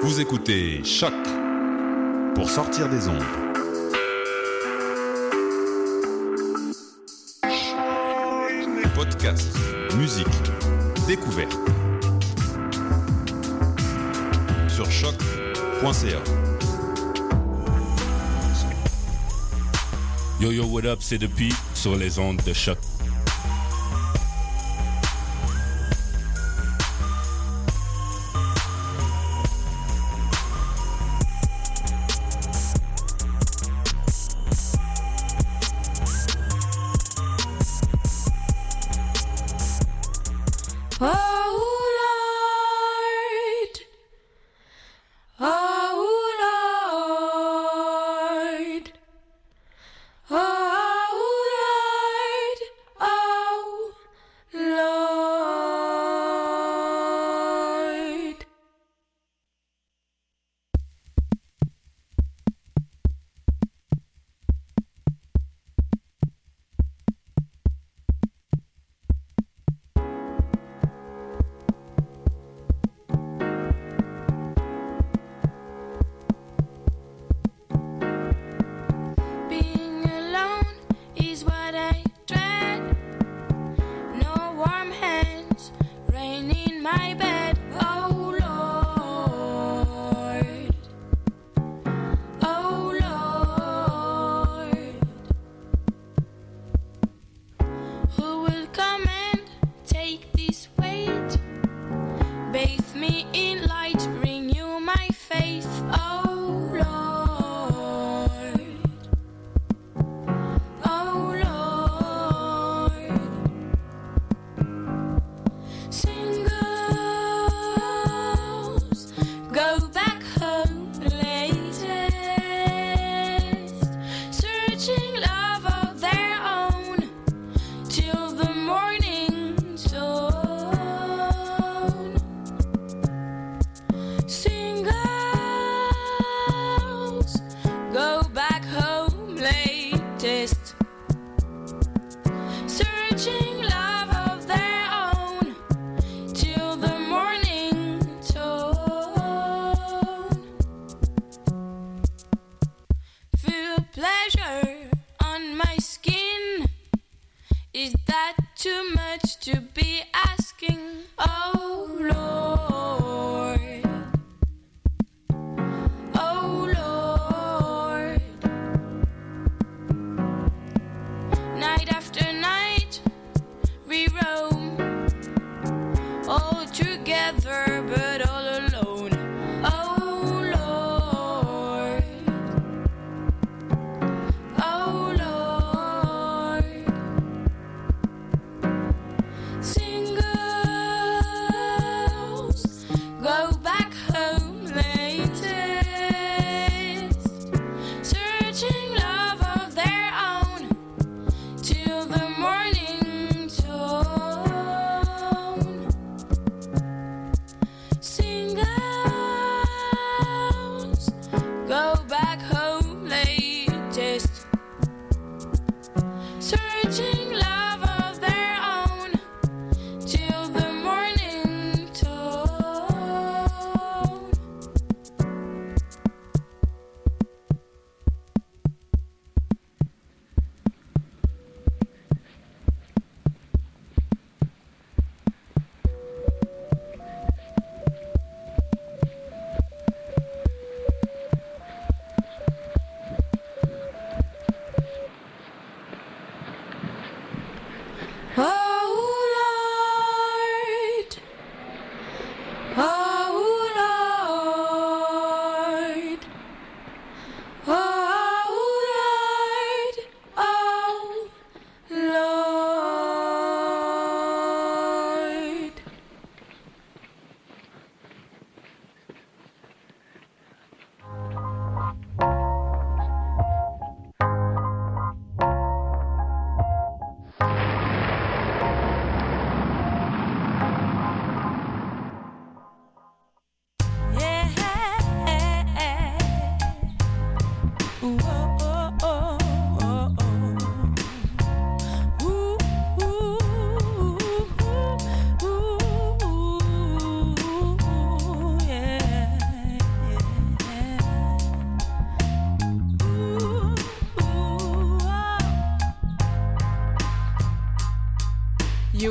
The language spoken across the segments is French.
Vous écoutez Choc pour sortir des ondes. Podcast, musique, découverte. Sur choc.ca. Yo yo, what up, c'est depuis sur les ondes de Choc.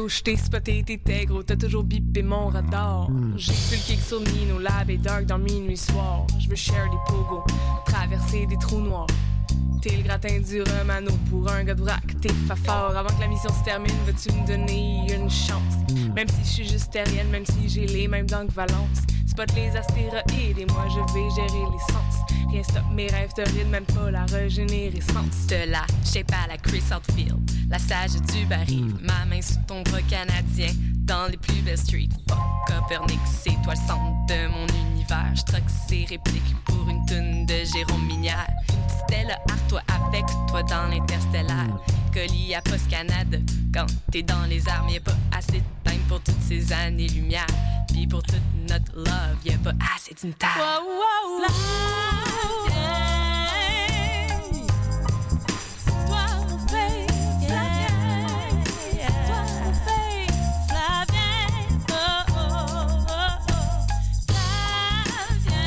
où je t'ai spoté, t'étais gros, t'as toujours bipé mon radar. J'ai plus le kick sur Nino, Lab et Dark dans minuit soir. Je veux share des pogos, traverser des trous noirs. T'es le gratin du Romano pour un gars de vrac, t'es fafard. Avant que la mission se termine, veux-tu me donner une chance? Même si je suis juste terrienne, même si j'ai les mêmes dents que Valence. Spot les astéroïdes et moi je vais gérer l'essence. Rien stop mes rêves torrides, même pas la régénérescence. De là, shape à la Chris Outfield, la sage du baril. Ma main sous ton bras canadien, dans les plus belles streets. Fuck Copernic, c'est toi le centre de mon univers. J'troque ces répliques pour une toune de Jérôme Minière. C'était le art, toi avec toi dans l'interstellaire. Colis à Post Canada, quand t'es dans les armes, y'a pas assez de time pour toutes ces années-lumière. Pis pour toute notre love, y'a pas assez d'une table. Wow, wow, C'est toi mon fave, Flavien. C'est toi mon fave, Flavien. Oh, oh, oh, oh. Flavien.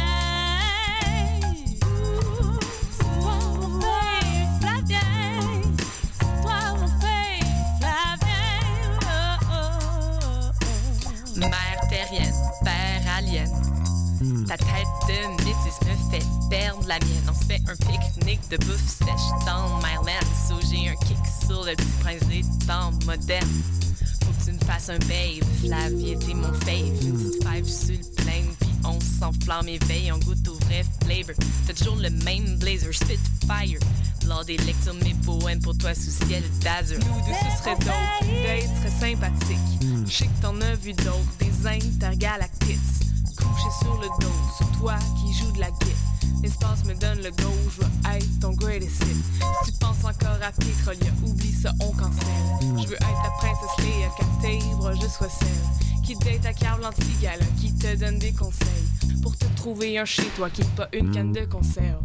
C'est toi mon fave, Flavien. C'est toi mon fave, Flavien. Oh, oh, oh. Mère terrienne, père alien. Ta tête de métis me fait perdre la mienne. On se fait un pique-nique de bouffe sèche dans Myland. So j'ai un kick sur le petit prince des temps modernes. Faut que tu me fasses un babe, Flavien, t'es mon fave. Une petite five sur le plane, pis on s'enflamme et veille, on goûte au vrai flavor. T'as toujours le même blazer, Spitfire. Lors des lectures, mes poèmes pour toi sous ciel d'azur. Nous deux, ce serait d'autres, d'être très sympathique. Je sais que t'en as vu d'autres, des intergalactiques. Couché sur le dos, sur toi qui joue de la guitare. L'espace me donne le go, je veux être ton greatest hit. Si tu penses encore à Pétrolia, oublie ça, on cancelle. Je veux être la princesse Léa, qu'à tes bras je sois celle qui date à Carl Antigala, qui te donne des conseils pour te trouver un chez toi qui est pas une canne de conserve.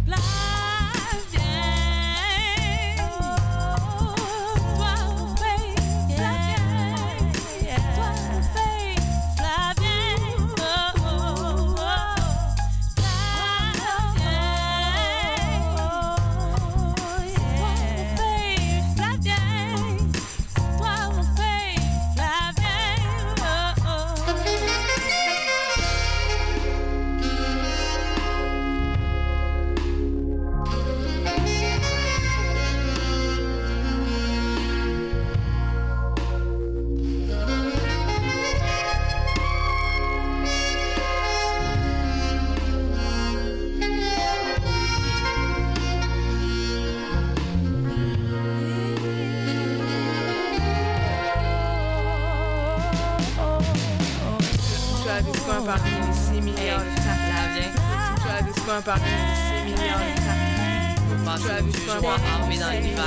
Parmi les 6 milliards de tapis. Travis Scott parmi les 6 milliards de tapis. Travis Scott armé dans l'hiver.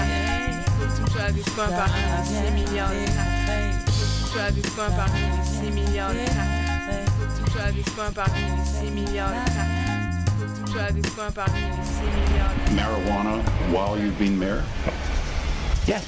Travis Scott parmi les 6 milliards de tapis. Travis Scott parmi les 6 milliards de tapis. Travis Scott parmi les 6 milliards de tapis. Travis Scott parmi les 6 milliards de tapis. Marijuana while you've been mayor? Yes.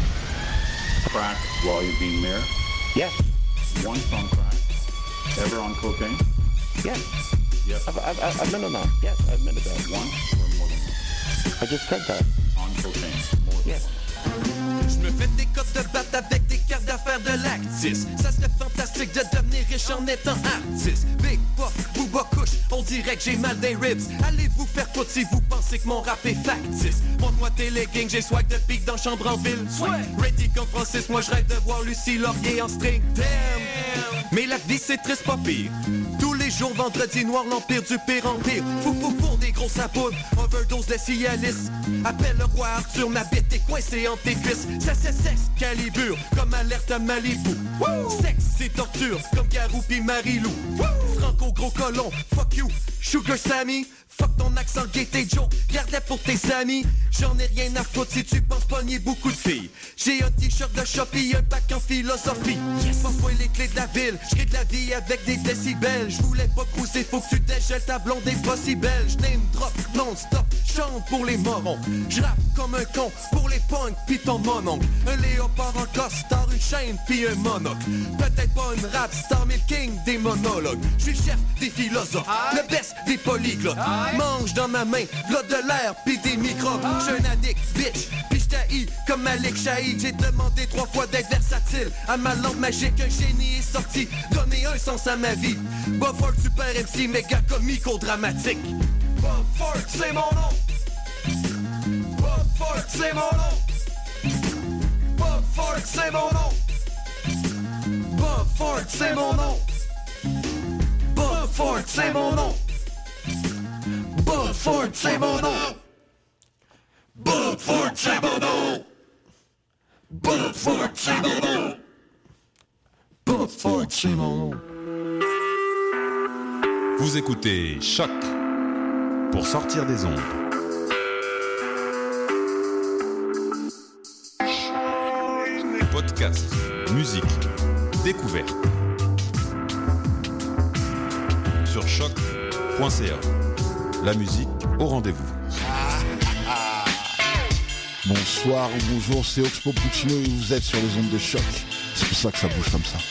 Crack while you've been mayor? Yes. Once on crack? Ever on cocaine? Yes. Yes. I've admitted that. Yes, I admitted that. Once or more than once? I just said that. On cocaine? Yes. Je me fais des cotes de batte avec des cartes d'affaires de Lactis. Ça serait fantastique de devenir riche en étant artiste. Big Puff, Booba Kush, on dirait que j'ai mal des ribs. Allez vous faire foutre si vous pensez que mon rap est factice. Montre-moi tes leggings, j'ai swag de pique dans chambre en ville. Ready comme Francis, moi je rêve de voir Lucie Laurier en string. Damn. Mais la vie c'est triste pas pire. Tous les jours, vendredi noir, l'empire du pire en pire. Fou des gros sapoudres, overdose de Cialis. Appelle le roi Arthur, ma bête est coincée entre tes cuisses. Ça c'est sexe, calibre, comme alerte à Malibu. Sexe, c'est torture, comme Garou pis Marilou. Franco gros colon, fuck you, Sugar Sammy. Fuck ton accent gay, tes jokes, garde-les pour tes amis. J'en ai rien à foutre si tu penses pogner beaucoup de filles. J'ai un t-shirt de Shopee, un bac en philosophie. Yes, passe-moi les clés de la ville, j'crée de la vie avec des décibels. J'voulais pas cruiser, faut que tu dégèles ta blonde est pas si belle. J'name drop, non-stop, chante pour les morons. J'rappe comme un con pour les punks pis ton mononcle. Un léopard en costard, une chaîne pis un monocle. Peut-être pas une rap star, mais le king des monologues. J'suis chef des philosophes, le best des polyglottes. Mange dans ma main, v'là de l'air pis des microbes. J'suis un addict, bitch, pis j't'haïs I comme Malik Shahid. J'ai demandé 3 fois d'être versatile. À ma lampe magique, un génie est sorti. Donner un sens à ma vie. Bob Ford, super MC, méga comico dramatique. Bob Ford, c'est mon nom. Bob Ford, c'est mon nom. Bob Ford, c'est mon nom. Bob Ford, c'est mon nom. Bob Ford, c'est mon nom. Bob Ford, c'est mon nom. Bob Ford, c'est mon nom. Bob Ford, c'est mon nom. Bob Ford, c'est mon nom. Vous écoutez Choc pour sortir des ondes. Podcast, musique, découverte. Sur choc.ca. La musique au rendez-vous. Bonsoir ou bonjour, c'est Oxpo Puccino et vous êtes sur les ondes de Choc. C'est pour ça que ça bouge comme ça.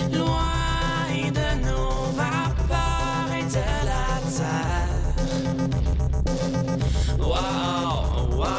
loin de nos vapeurs et de la terre. Wow, wow.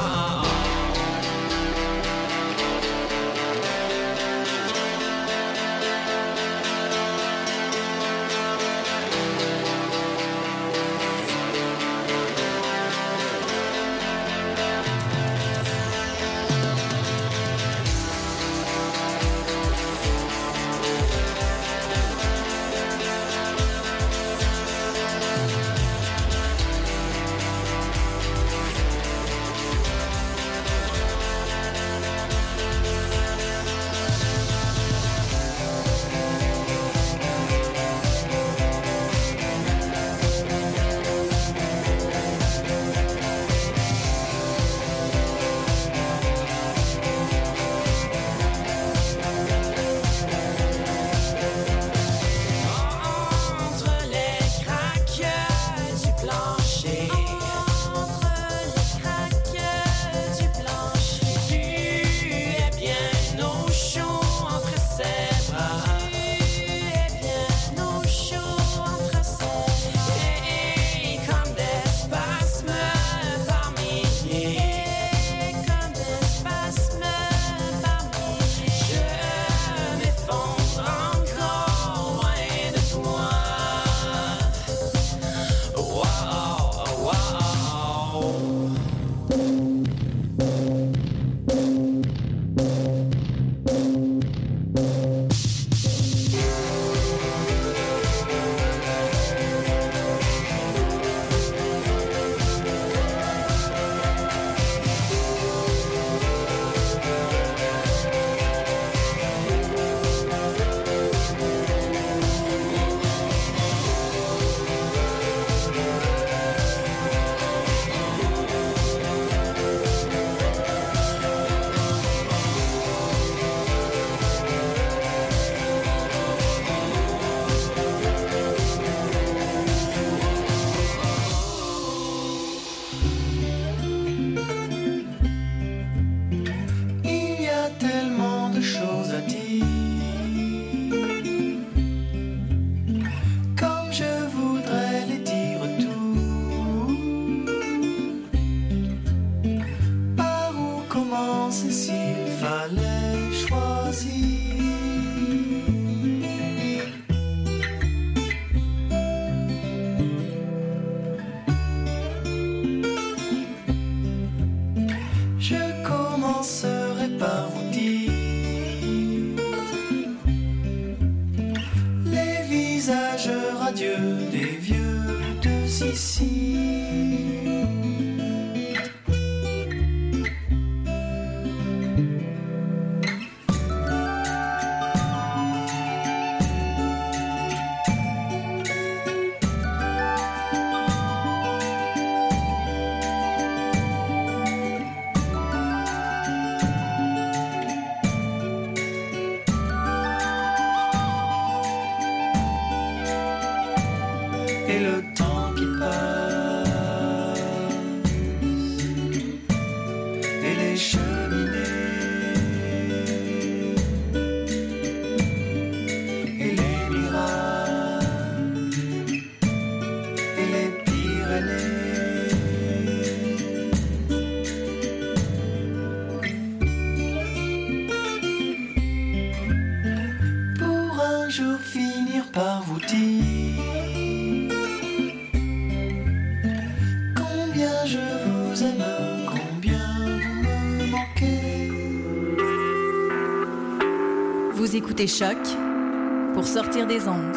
Vous écoutez Choc pour sortir des ondes.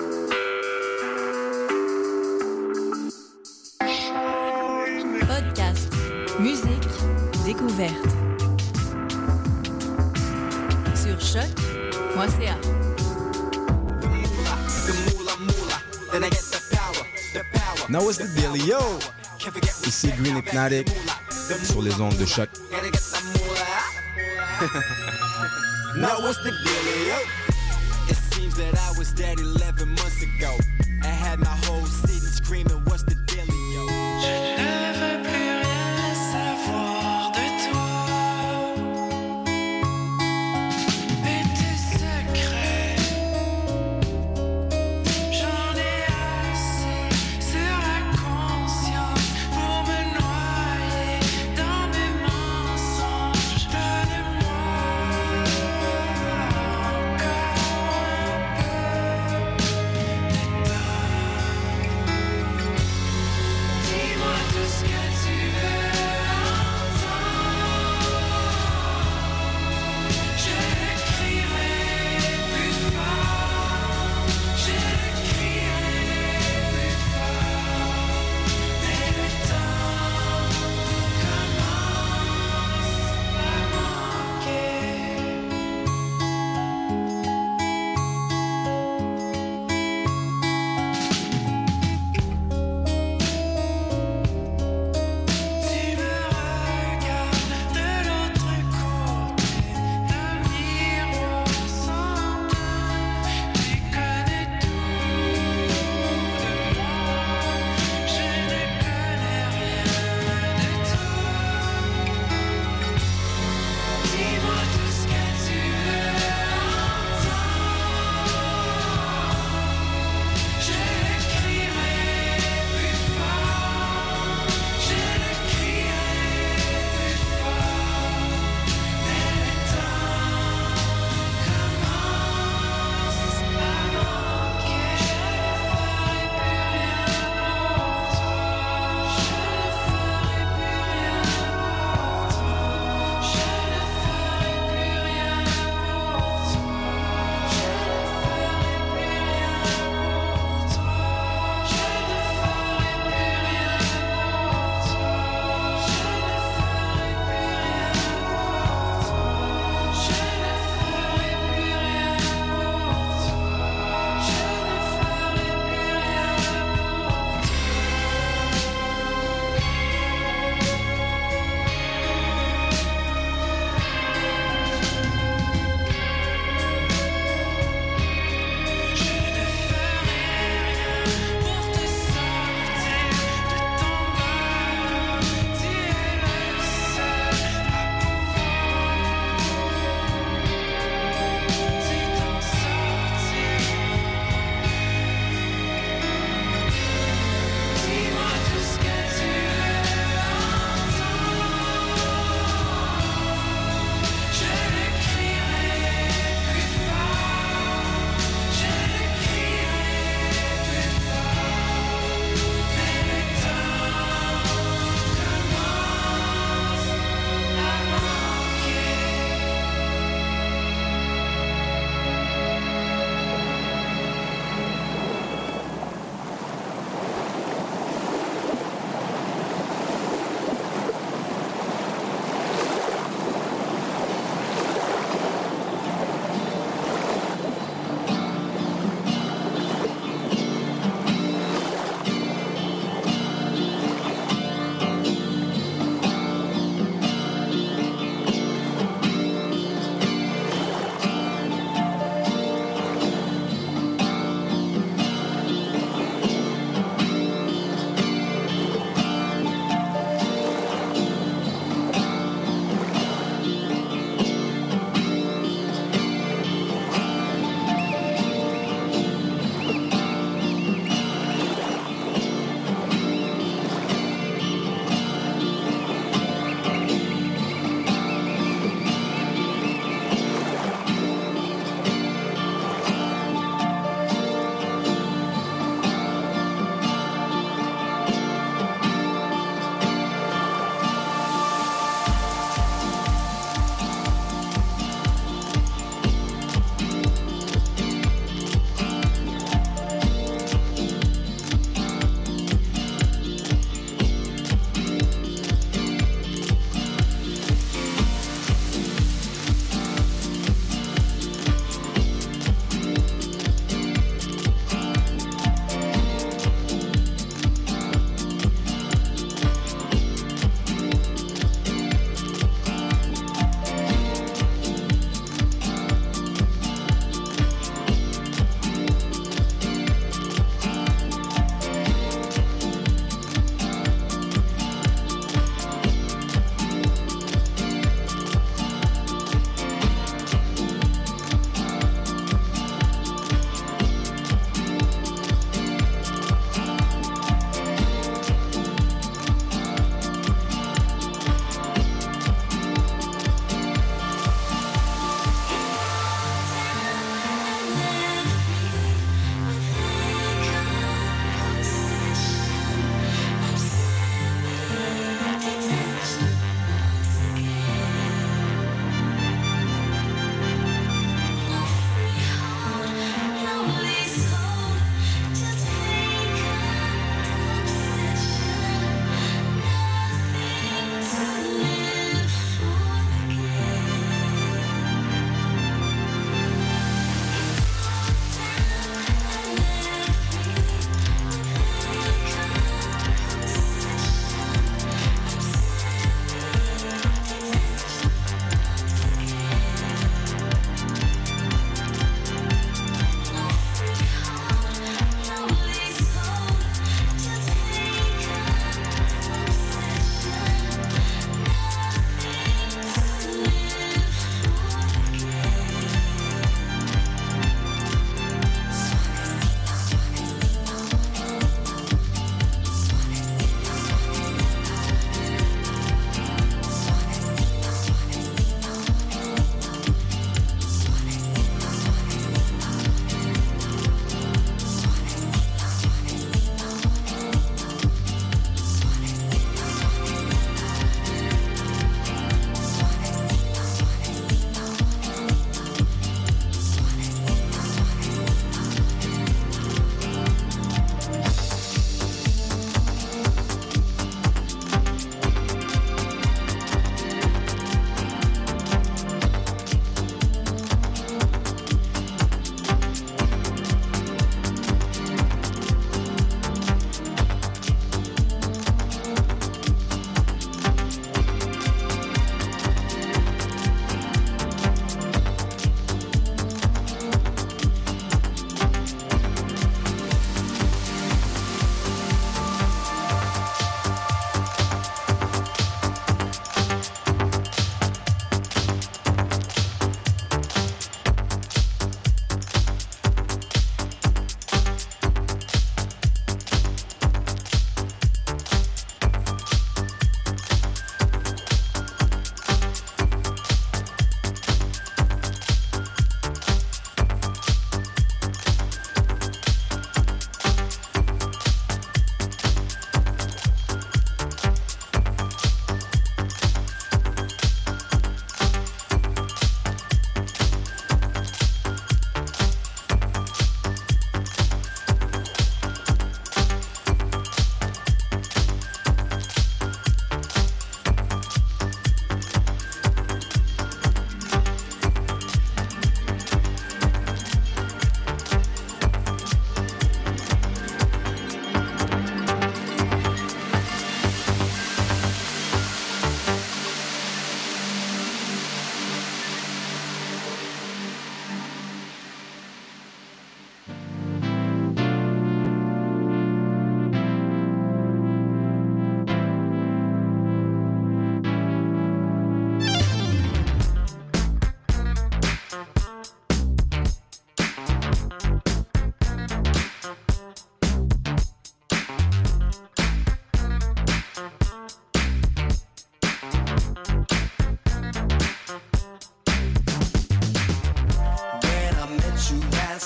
Podcast, musique, découverte. Sur choc.ca. Now what's the deal, yo? Ici Green Hypnotic sur les ondes de Choc. Now what's the dealio? It seems that I was dead 11 months ago. I had my whole city screaming, what's the dealio? Je ne veux plus rien savoir de toi et tes secrets.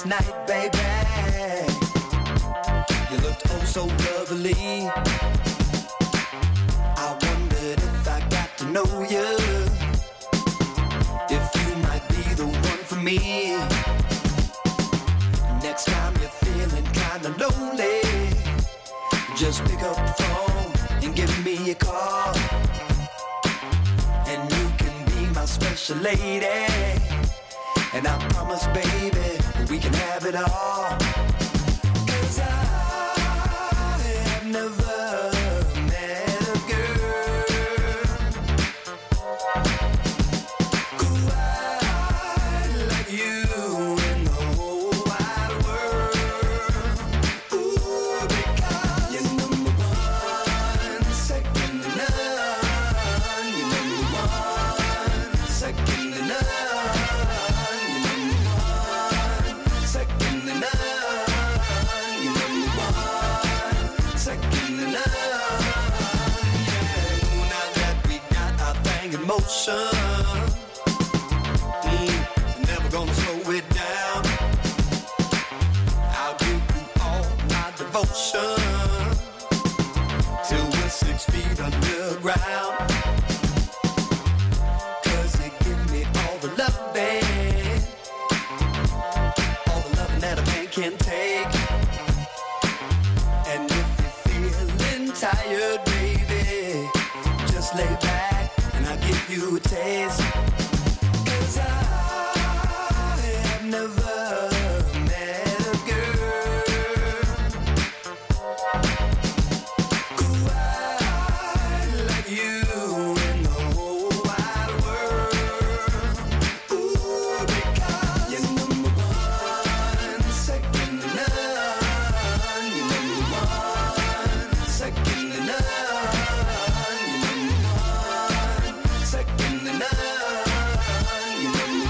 night, baby. You looked oh so lovely. I wondered if I got to know you, if you might be the one for me. Next time you're feeling kinda lonely, just pick up the phone and give me a call, and you can be my special lady. And I promise, baby, we can have it all. 'Cause I have never met a girl quite like you in the whole wide world. Ooh, because you're number one, second to none. You're number one, second to none. Motion, never gonna slow it down. I'll give you all my devotion till we're 6 feet underground. 'Cause you give me all the loving that a man can take. And if you're feeling tired, baby, just lay back, I'll give you a taste. 'Cause I have never met a girl quite like you in the whole wide world. Ooh, because you're number one, second to none. You're number one, second to none. Second to none, you're number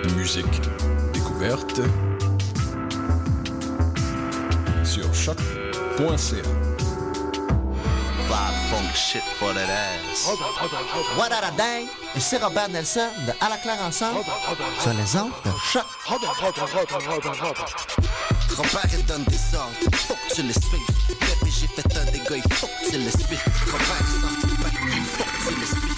Musique découverte sur choc.ca. Funk shit for that ass. What a dang! Ici Robert Nelson de À la Claire Ensemble sur les ondes de Choc. Robert il donne des ordres, faut que tu les suives. Bébé j'ai fait un dégât, il faut que tu les suives. Robert il sort du bac, il faut que tu les suives.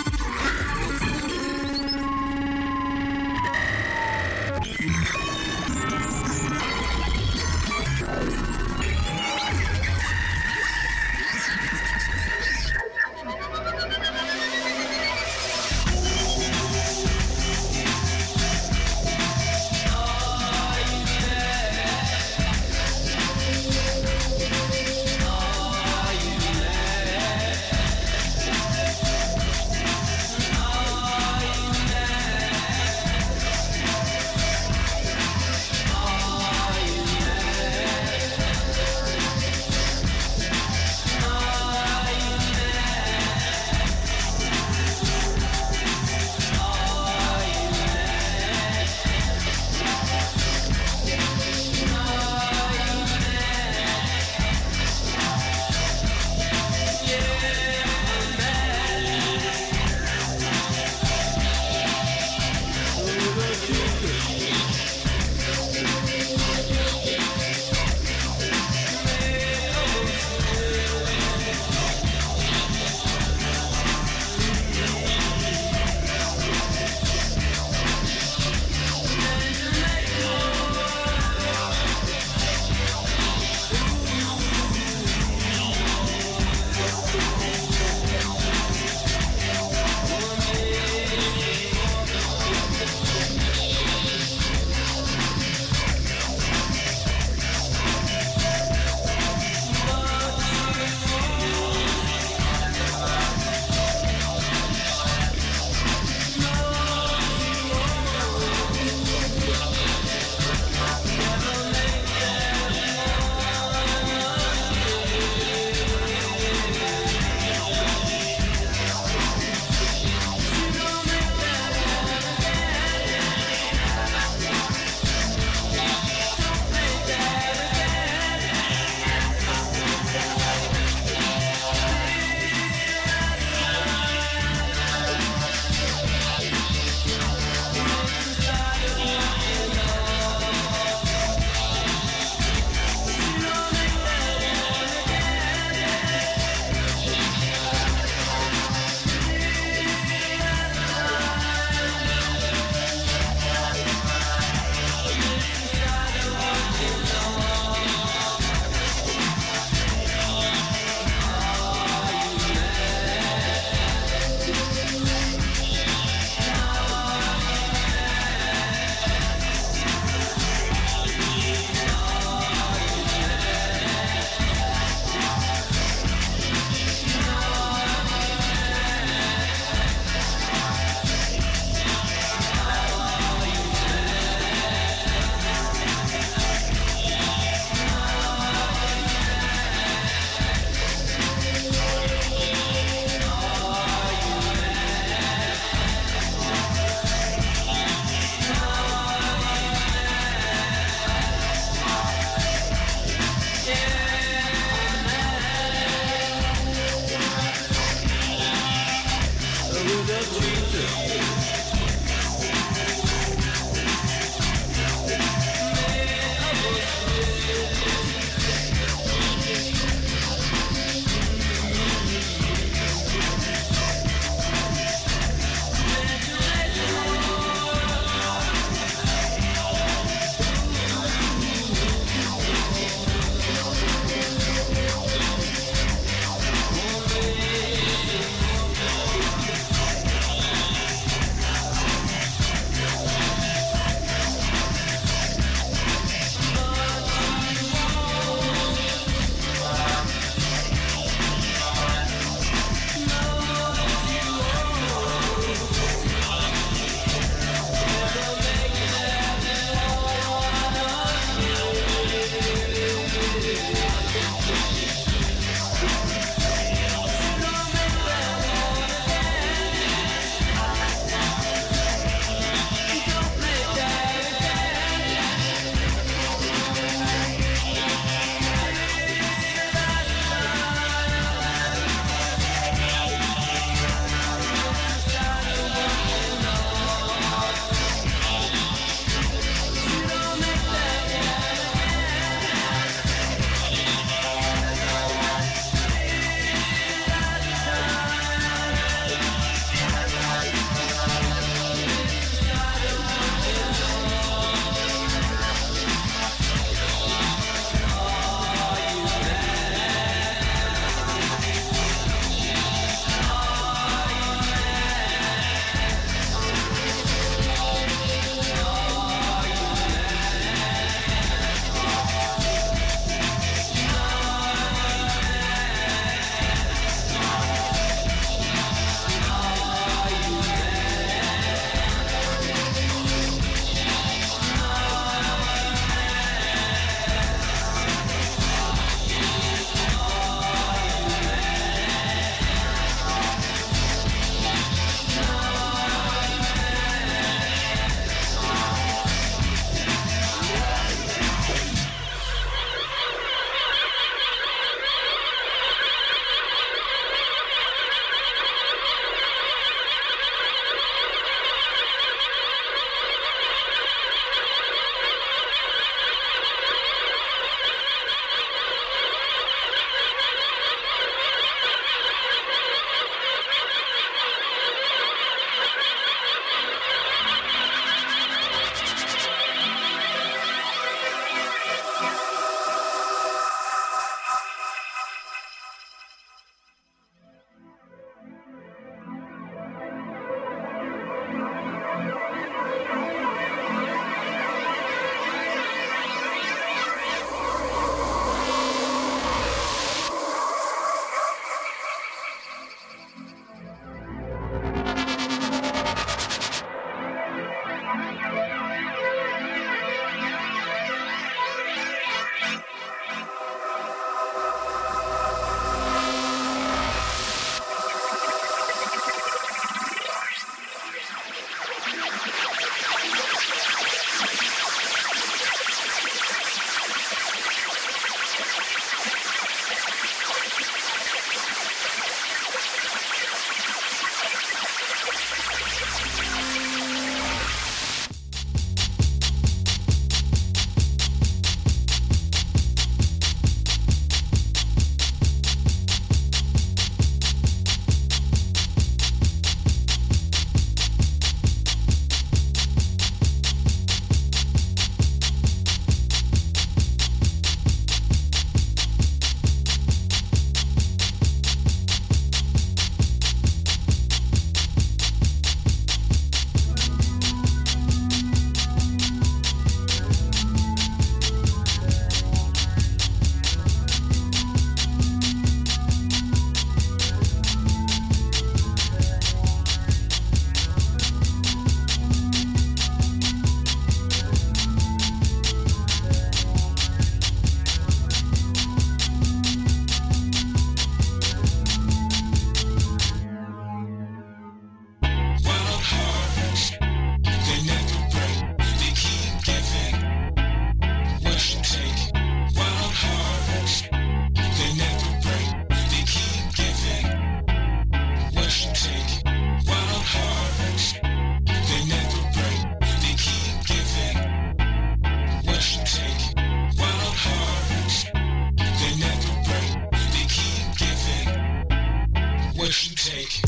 What you take?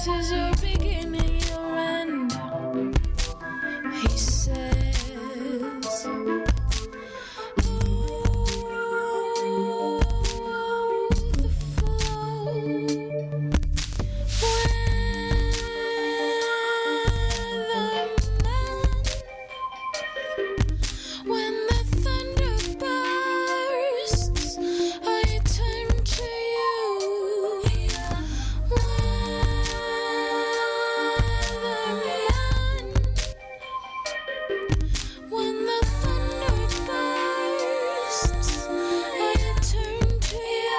This is your beginning, your end. He says, the flow. When the thunder bursts, I turn to you. When the thunder bursts, I turn to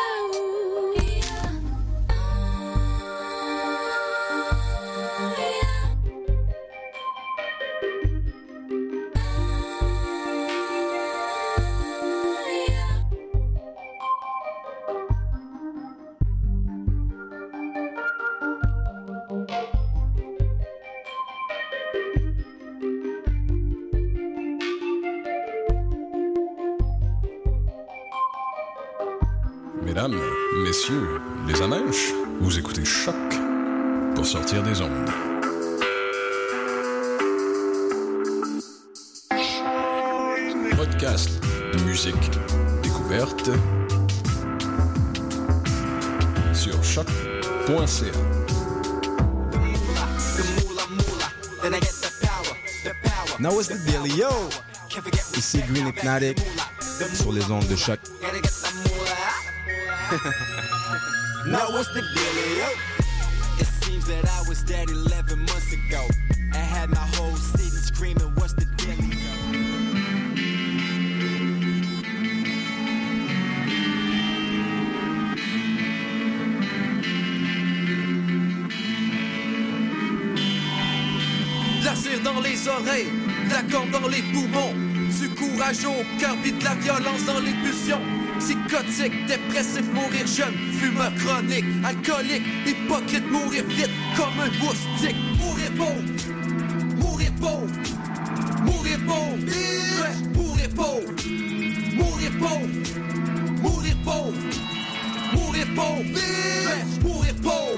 Mesdames, messieurs, les amèches, vous écoutez Choc pour sortir des ondes. Podcast, musique, découverte sur choc.ca. Now what's the deal, yo? Ici Green Hypnotic sur les ondes de Choc. Now what's the dealio? It seems that I was dead 11 months ago. I had my whole city screaming, what's the dealio? La cire dans les oreilles, la corne dans les poumons, du courage au cœur pis de la violence dans les pulsions. Psychotique, dépressif, mourir jeune, fumeur chronique, alcoolique, hypocrite, mourir vite comme un moustique. Mourir pauvre, mourir pauvre, mourir pauvre, ouais, mourir pauvre, mourir pauvre, mourir pauvre, mourir pauvre, ouais, mourir pauvre.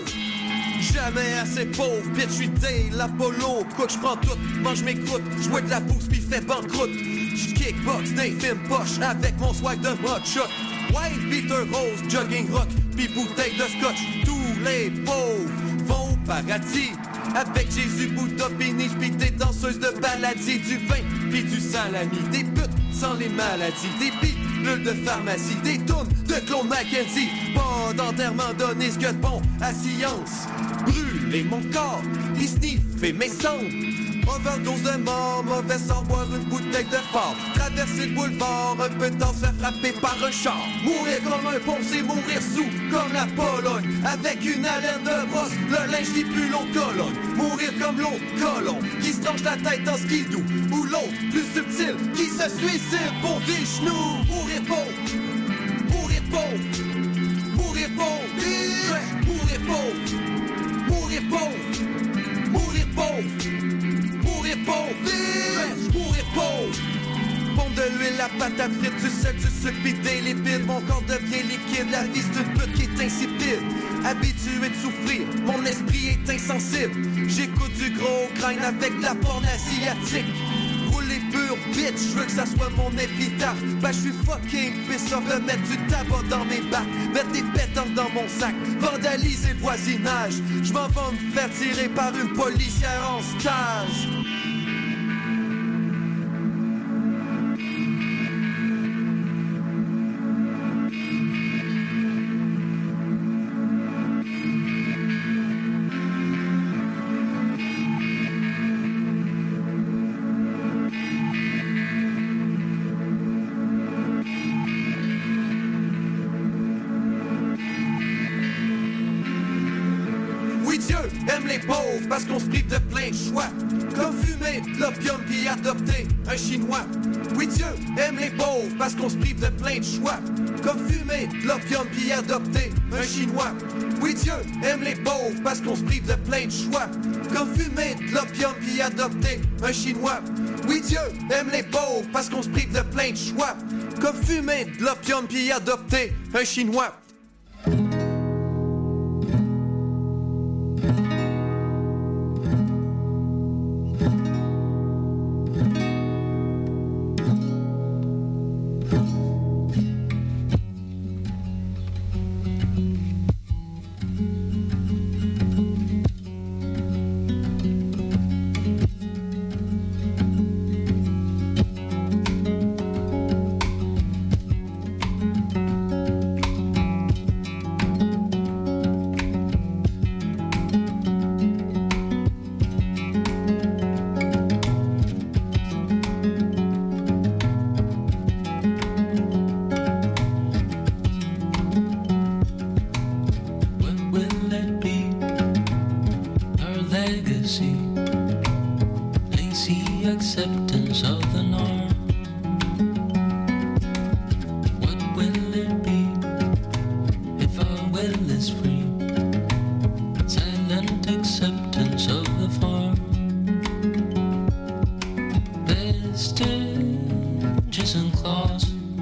Jamais assez pauvre, bitch, j'suis Dale, Apollo, cook, j'prends tout, mange mes croûtes, j'vois de la bouse pis fait banqueroute. J'kickbox, des films poche avec mon swag de mudshot. White Peter Rose, jogging rock, pis bouteille de scotch. Tous les pauvres vont au paradis avec Jésus, Bouddha, péniche, pis des danseuses de baladie. Du vin, pis du salami, des putes sans les maladies, des pilules de pharmacie, des tonnes de Claude Mackenzie. Pas d'enterrement donné ce que de bon à science. Brûler mon corps, pis sniffer mes cendres. Overdose de mort, mauvais sang, boire une bouteille de fort. Traverser le boulevard, un peu de temps, se faire frapper par un char. Mourir comme un pont, c'est mourir sous, comme la Pologne. Avec une haleine de brosse, le linge n'est plus long colonne. Mourir comme l'autre colon, qui se tranche la tête en skidoo. Ou l'autre, plus subtil, qui se suicide pour des genoux. Mourir pauvre, mourir pauvre, mourir pauvre, ouais, mourir pauvre, mourir pauvre, mourir pauvre. Mourir pauvre, mourir pauvre. Pompe de l'huile, la pâte à frites, du sel, du sucre pis des lipides. Mon corps devient liquide, la vie c'est une pute qui est insipide. Habitué de souffrir, mon esprit est insensible. J'écoute du gros grind avec de la porn asiatique. Rouler pur, bitch, je veux que ça soit mon épitaphe. Bah j'suis fucking piss off de mettre du tabac dans mes bacs, mettre des pétanques dans mon sac, vandaliser le voisinage. J'm'en vais me faire tirer par une policière en stage. Parce qu'on se prive de plein de choix, comme fumer de l'opium puis adopter un chinois. Oui, Dieu aime les pauvres parce qu'on se prive de plein de choix, comme fumer de l'opium puis adopter un chinois. Oui, Dieu aime les pauvres parce qu'on se prive de plein de choix, comme fumer de l'opium puis adopter un chinois. Oui, Dieu aime les pauvres parce qu'on se prive de plein de choix, comme fumer de l'opium puis adopter un chinois. legacy, lazy acceptance of the norm. What will it be if our will is free? Silent acceptance of the form. Vestiges and claws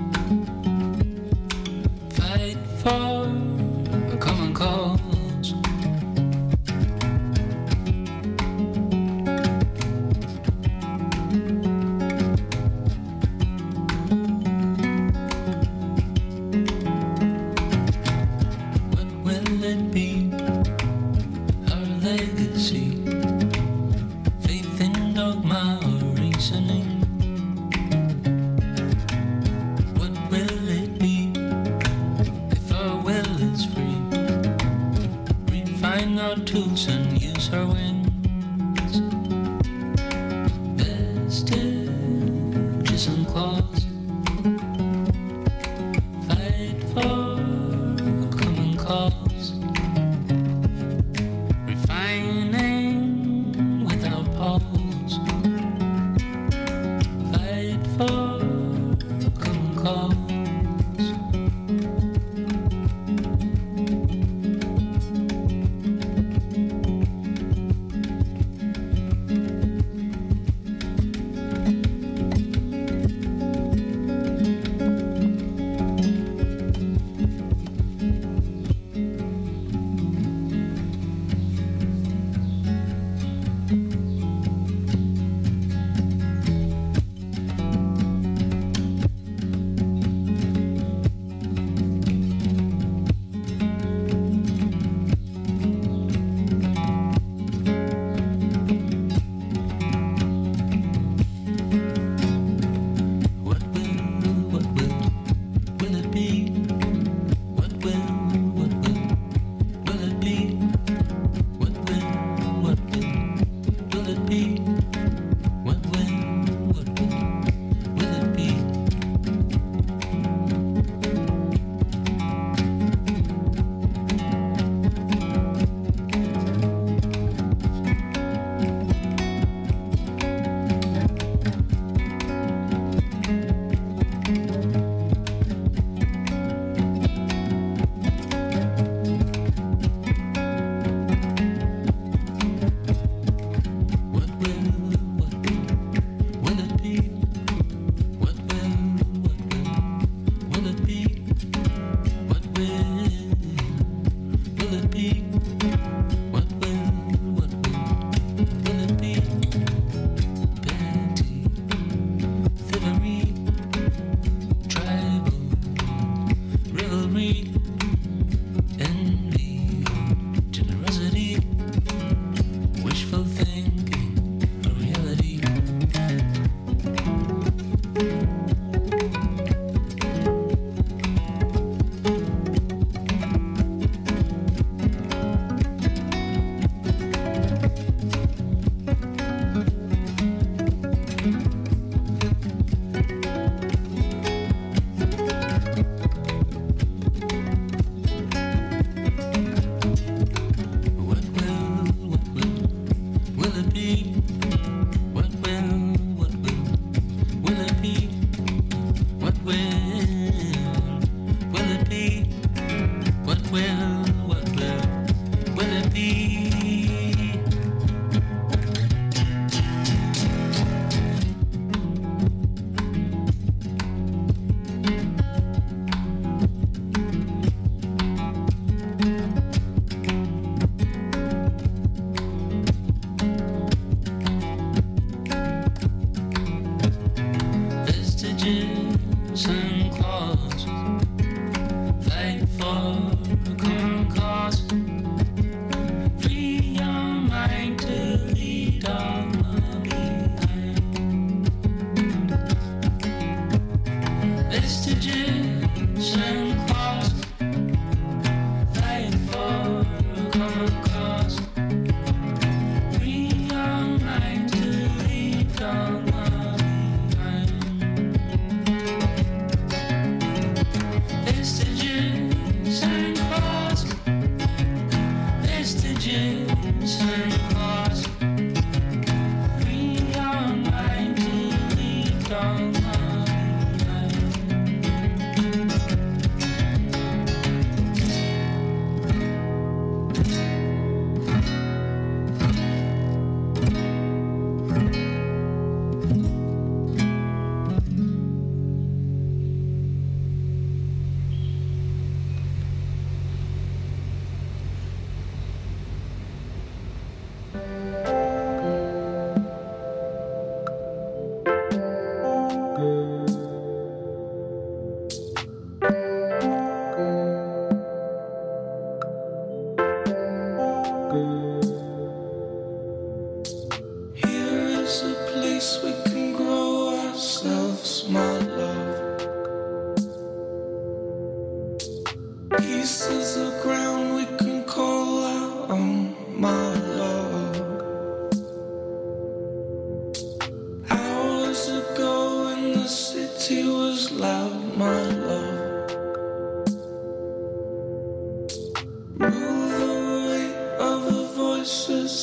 fight for common cause. What will it be? Our legacy, faith in dogma or reasoning. What will it be if our will is free? Refine our tools and use our winds. Vestiges and claws fight for a common cause. Refining without pause. Fight for a common cause.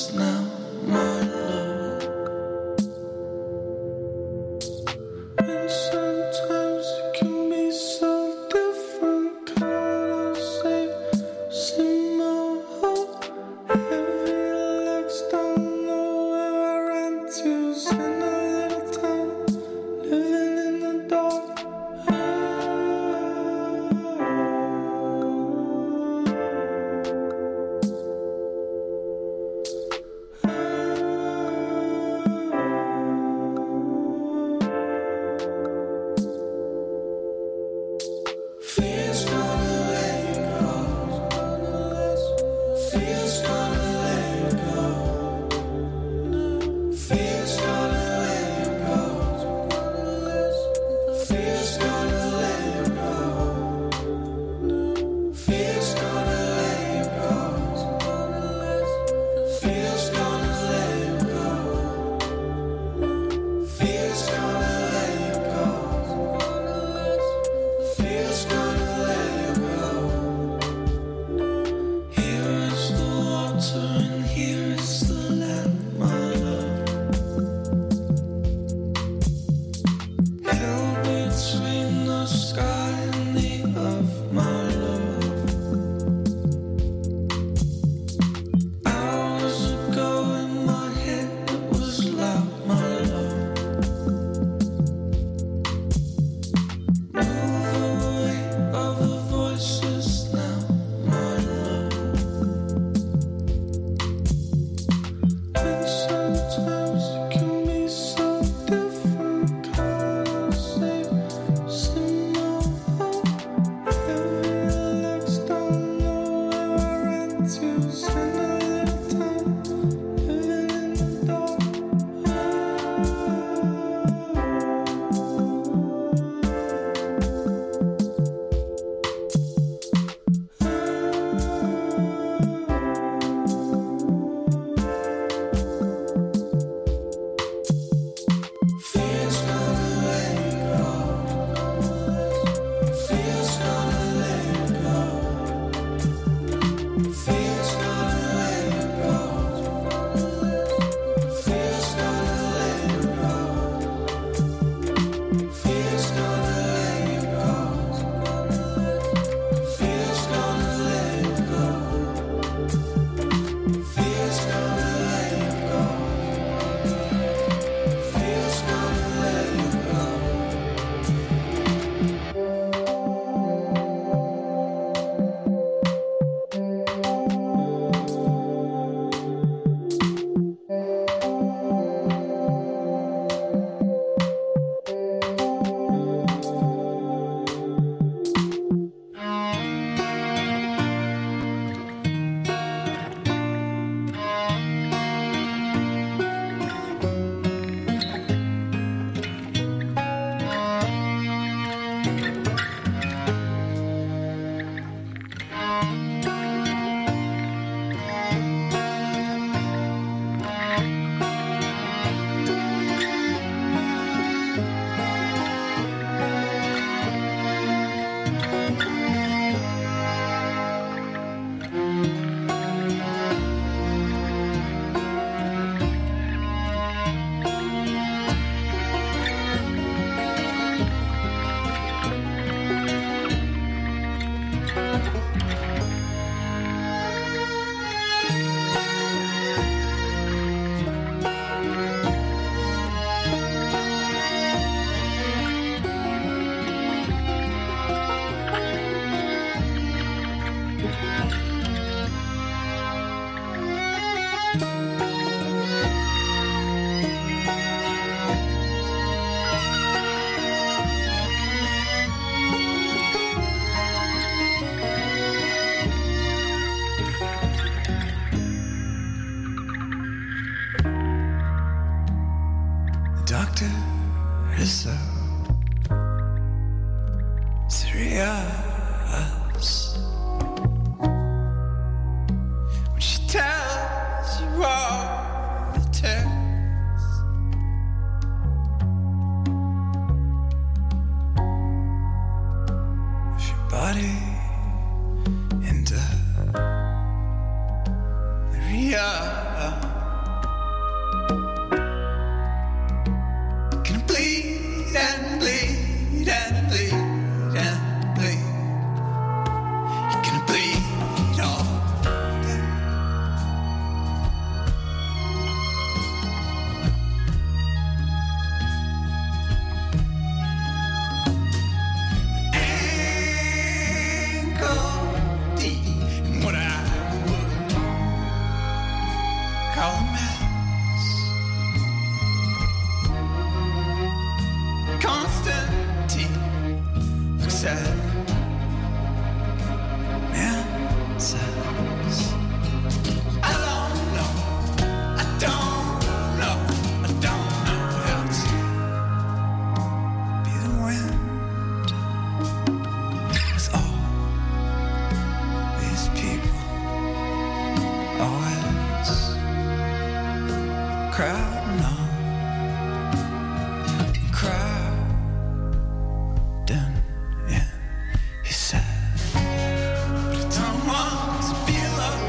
voices now, my love. And sometimes it can be so different. Can't I say my heart? Heavy legs don't know where I ran to. Spend a little time living in the dark. Fears gonna let you go. Fears gonna let you go. Fears gonna let you go. Fears gonna let you go. Fears gonna let you go. Fears gonna let you go. Fears gonna let you go. Feels gonna let you go. Here is the water and here is the land, my love. Held between the sky and the earth, my love. Hours ago in my head it was loud, my love. Of the voices now, my love. And sometimes it can be so different. Can't I say my heart? Heavy legs don't know where I ran to. Spend a little time living in the dark. Fears gonna let you go. Fears gonna let you go. Fears gonna let you go. Fears gonna let you go. Fears gonna let you go. Fears gonna let you go. Fears gonna let you go. Feels gonna let you go. Doctor is so serious when she tells you all the tests. Of your body and the real Romance. Constantine looks at answers. I don't know how to be the wind with all these people always crowding on, crowding in. He said, but I don't want to be alone.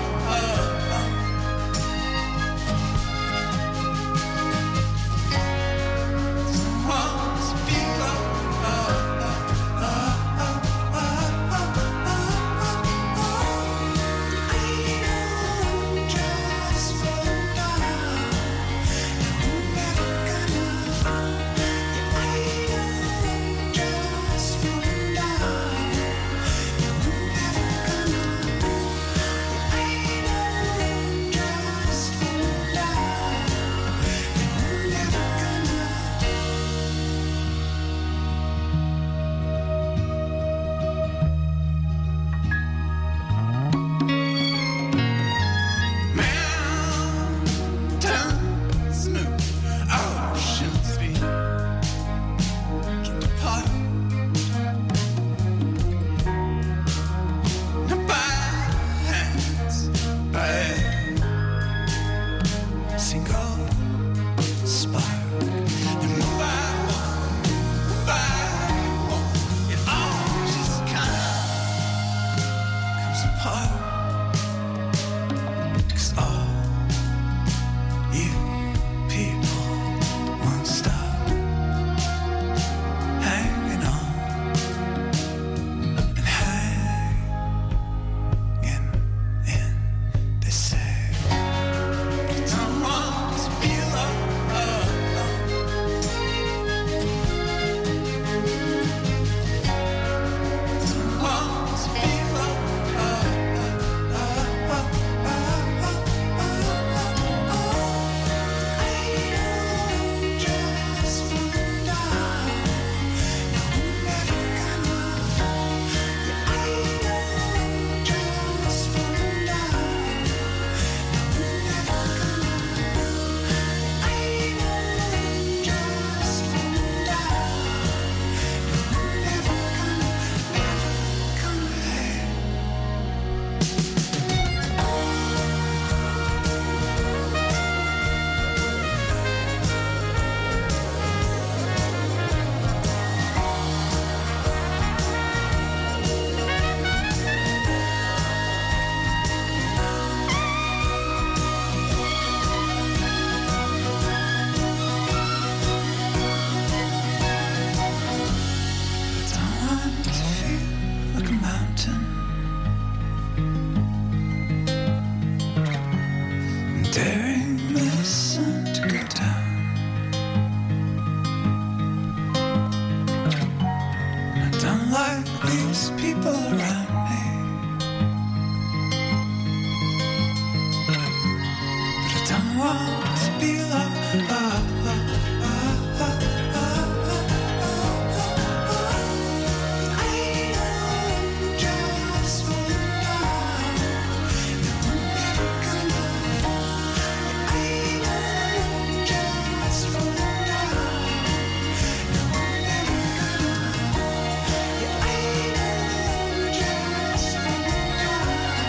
Don't want to be alone. Just for now. Never gonna. Just for now. Just for mountains move, oceans beat, can depart. Not by hands, by a single spark. And move by one, it all just kinda comes apart. 'Cause all you people won't stop hanging on and hanging in. They say, but I don't want to be alone. Don't want to be alone. Just for now. Never gonna. Just for now. Never gonna. Just for now. Never I don't want to feel like a mountain, daring the sun to go down. I don't like these people around me, but I don't want to be alone. Just for now. Never gonna. Just for now. Never gonna. Just for now.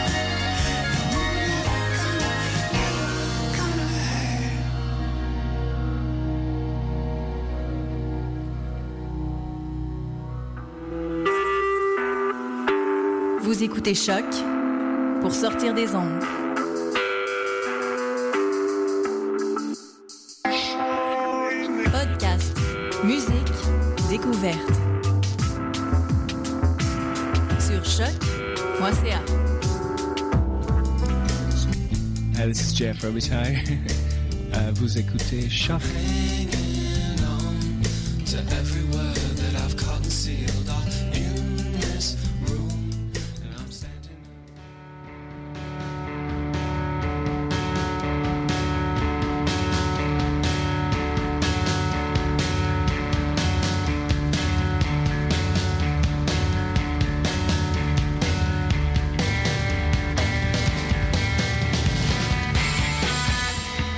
Vous écoutez Choc pour sortir des ondes. Podcast, musique, découverte. Sur choc.ca. Hi, this is Jeff Robitaille. Vous écoutez Choc. To every word that I've concealed all in this room, and I'm standing.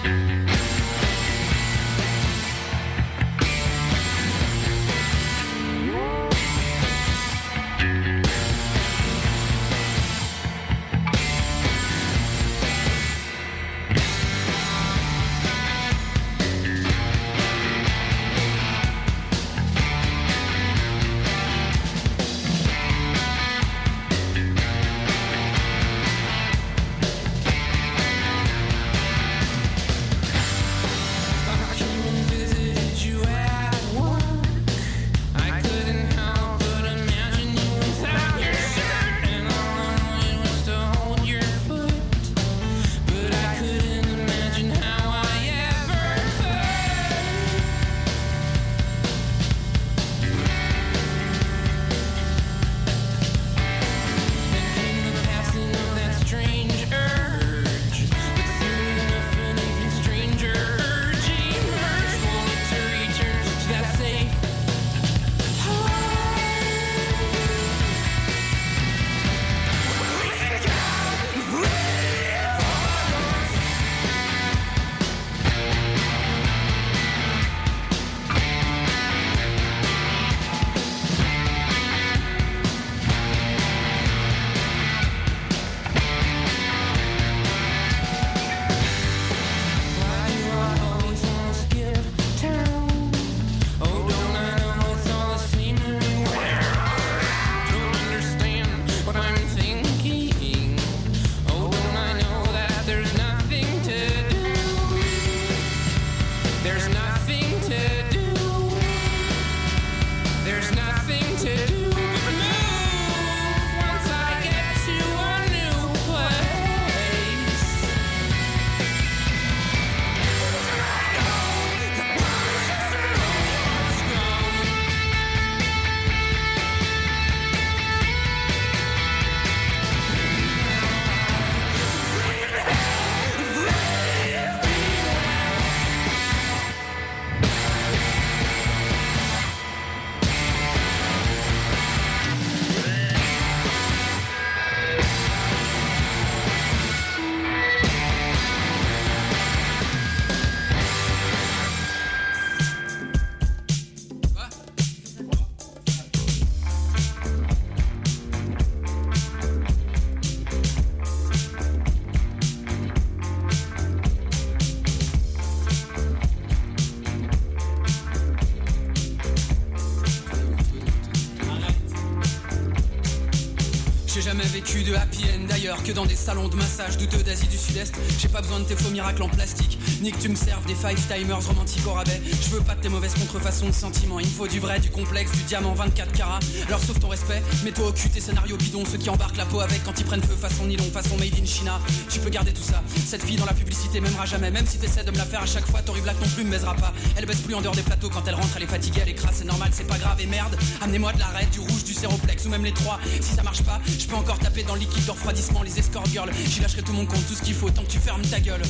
jamais vécu de happy end ailleurs que dans des salons de massage douteux d'Asie du Sud-Est. J'ai pas besoin de tes faux miracles en plastique, ni que tu me serves des five-timers romantiques au rabais. Je veux pas de tes mauvaises contrefaçons de sentiments. Il me faut du vrai, du complexe, du diamant 24 carats. Alors sauf ton respect, mets-toi au cul tes scénarios bidons, ceux qui embarquent la peau avec quand ils prennent feu façon nylon, façon made in China. Tu peux garder tout ça. Cette fille dans la publicité m'aimera jamais, même si t'essaies de me la faire à chaque fois. Tori Black non plus me baisera pas. Elle baisse plus en dehors des plateaux, quand elle rentre elle est fatiguée, elle écrase, c'est normal, c'est pas grave. Et merde, amenez-moi de l'arrêt, du rouge, du séroplex ou même les trois. Si ça marche pas, je peux encore taper dans le liquide de refroidissement les escort girls. J'y lâcherai tout mon compte, tout ce qu'il faut tant que tu fermes ta gueule.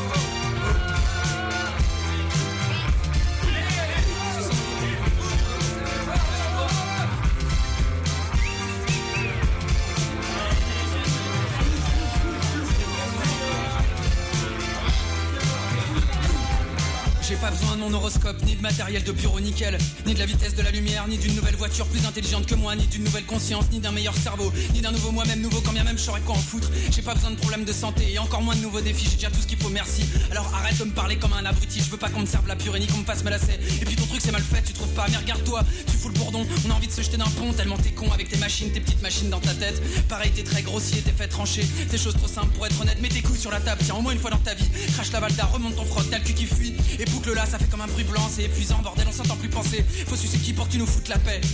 J'ai pas besoin de mon horoscope, ni de matériel de bureau nickel, ni de la vitesse de la lumière, ni d'une nouvelle voiture plus intelligente que moi, ni d'une nouvelle conscience, ni d'un meilleur cerveau, ni d'un nouveau moi-même nouveau, quand bien même je saurais quoi en foutre. J'ai pas besoin de problèmes de santé, et encore moins de nouveaux défis, j'ai déjà tout ce qu'il faut, merci. Alors arrête de me parler comme un abruti, je veux pas qu'on me serve la purée, ni qu'on me fasse me lasser. Et puis ton truc c'est mal fait, tu trouves pas, mais regarde-toi, tu fous le bourdon, on a envie de se jeter d'un pont, tellement t'es con avec tes machines, tes petites machines dans ta tête. Pareil, t'es très grossier, t'es fait trancher, t'es choses trop simples pour être honnête, mets tes couilles sur la table, tiens au moins une fois dans ta vie, crache la valda, remonte ton froc, t'as le cul qui fuit, et boucle là, ça fait comme un bruit blanc, c'est épuisant, bordel, on s'entend plus penser. Faut sucer qui pour que tu nous foutes la paix.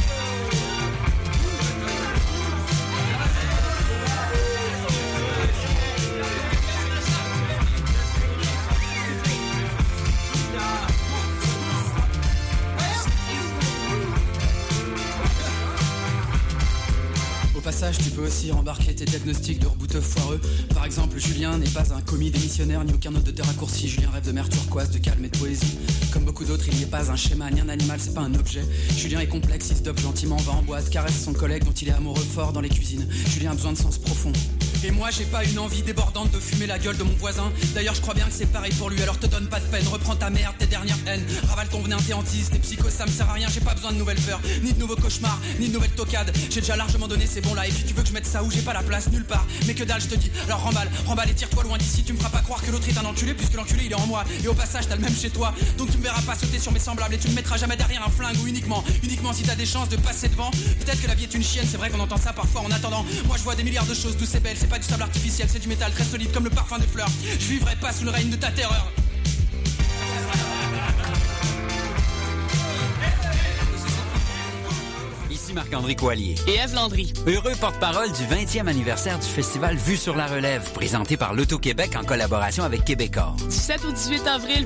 Au passage, tu peux aussi rembarquer tes diagnostics de rebouteux foireux. Par exemple, Julien n'est pas un commis démissionnaire, ni aucun autre de tes raccourcis. Julien rêve de mer turquoise, de calme et de poésie. Comme beaucoup d'autres, il n'est pas un schéma, ni un animal, c'est pas un objet. Julien est complexe, il se dope gentiment, va en boîte, caresse son collègue dont il est amoureux fort dans les cuisines. Julien a besoin de sens profond. Et moi j'ai pas une envie débordante de fumer la gueule de mon voisin. D'ailleurs je crois bien que c'est pareil pour lui. Alors te donne pas de peine, reprends ta merde, tes dernières haines. Ravale ton venin, t'es hantise, t'es psycho, ça me sert à rien. J'ai pas besoin de nouvelles peurs, ni de nouveaux cauchemars, ni de nouvelles tocades. J'ai déjà largement donné ces bons là. Et puis tu veux que je mette ça où j'ai pas la place, nulle part. Mais que dalle je te dis, alors remballe et tire-toi loin d'ici. Tu me feras pas croire que l'autre est un enculé, puisque l'enculé il est en moi. Et au passage t'as le même chez toi. Donc tu me verras pas sauter sur mes semblables. Et tu me mettras jamais derrière un flingue ou uniquement si t'as des chances de passer devant. Peut-être que la vie est une chienne, c'est vrai qu'on entend ça parfois. En attendant, moi je vois des milliards de choses douces et belles. C'est pas du sable artificiel, c'est du métal très solide comme le parfum des fleurs. Je vivrai pas sous le règne de ta terreur. Ici Marc-André Coallier et Ève Landry, heureux porte-parole du 20e anniversaire du festival Vue sur la Relève, présenté par l'Auto-Québec en collaboration avec Québecor. Du 7 au 18 avril,